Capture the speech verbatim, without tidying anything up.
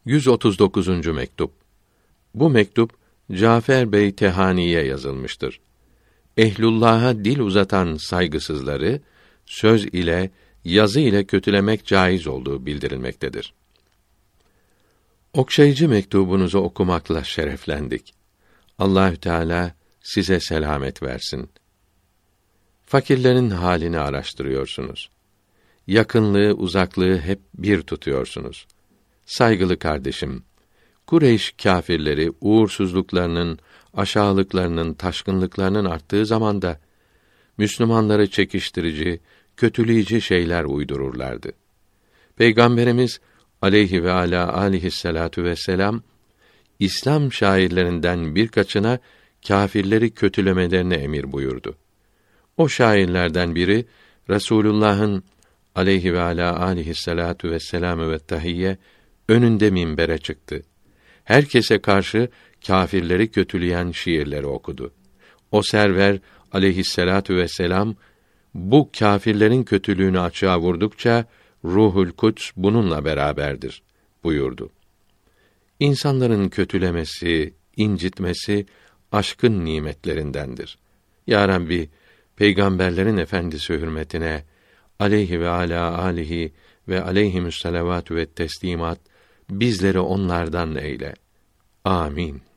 yüz otuz dokuzuncu mektup. Bu mektup Cafer Bey Tehani'ye yazılmıştır. Ehlullah'a dil uzatan saygısızları söz ile, yazı ile kötülemek caiz olduğu bildirilmektedir. Okşayıcı mektubunuzu okumakla şereflendik. Allahü Teala size selamet versin. Fakirlerin halini araştırıyorsunuz. Yakınlığı, uzaklığı hep bir tutuyorsunuz. Saygılı kardeşim, Kureyş kâfirleri uğursuzluklarının, aşağılıklarının, taşkınlıklarının arttığı zamanda Müslümanları çekiştirici, kötüleyici şeyler uydururlardı. Peygamberimiz aleyhi ve ala aleyhissalatu vesselam İslam şairlerinden birkaçına kâfirleri kötülemelerini emir buyurdu. O şairlerden biri Resulullah'ın aleyhi ve ala aleyhissalatu vesselam ve tahiyye önünde minbere çıktı. Herkese karşı kâfirleri kötüleyen şiirleri okudu. O server aleyhissalatu vesselam bu kâfirlerin kötülüğünü açığa vurdukça Ruhul Kuds bununla beraberdir buyurdu. İnsanların kötülemesi, incitmesi aşkın nimetlerindendir. Ya Rabbi, peygamberlerin efendisi hürmetine aleyhi ve ala alihi ve aleyhimüsselavatü ve teslimat bizleri onlardan eyle. Amin.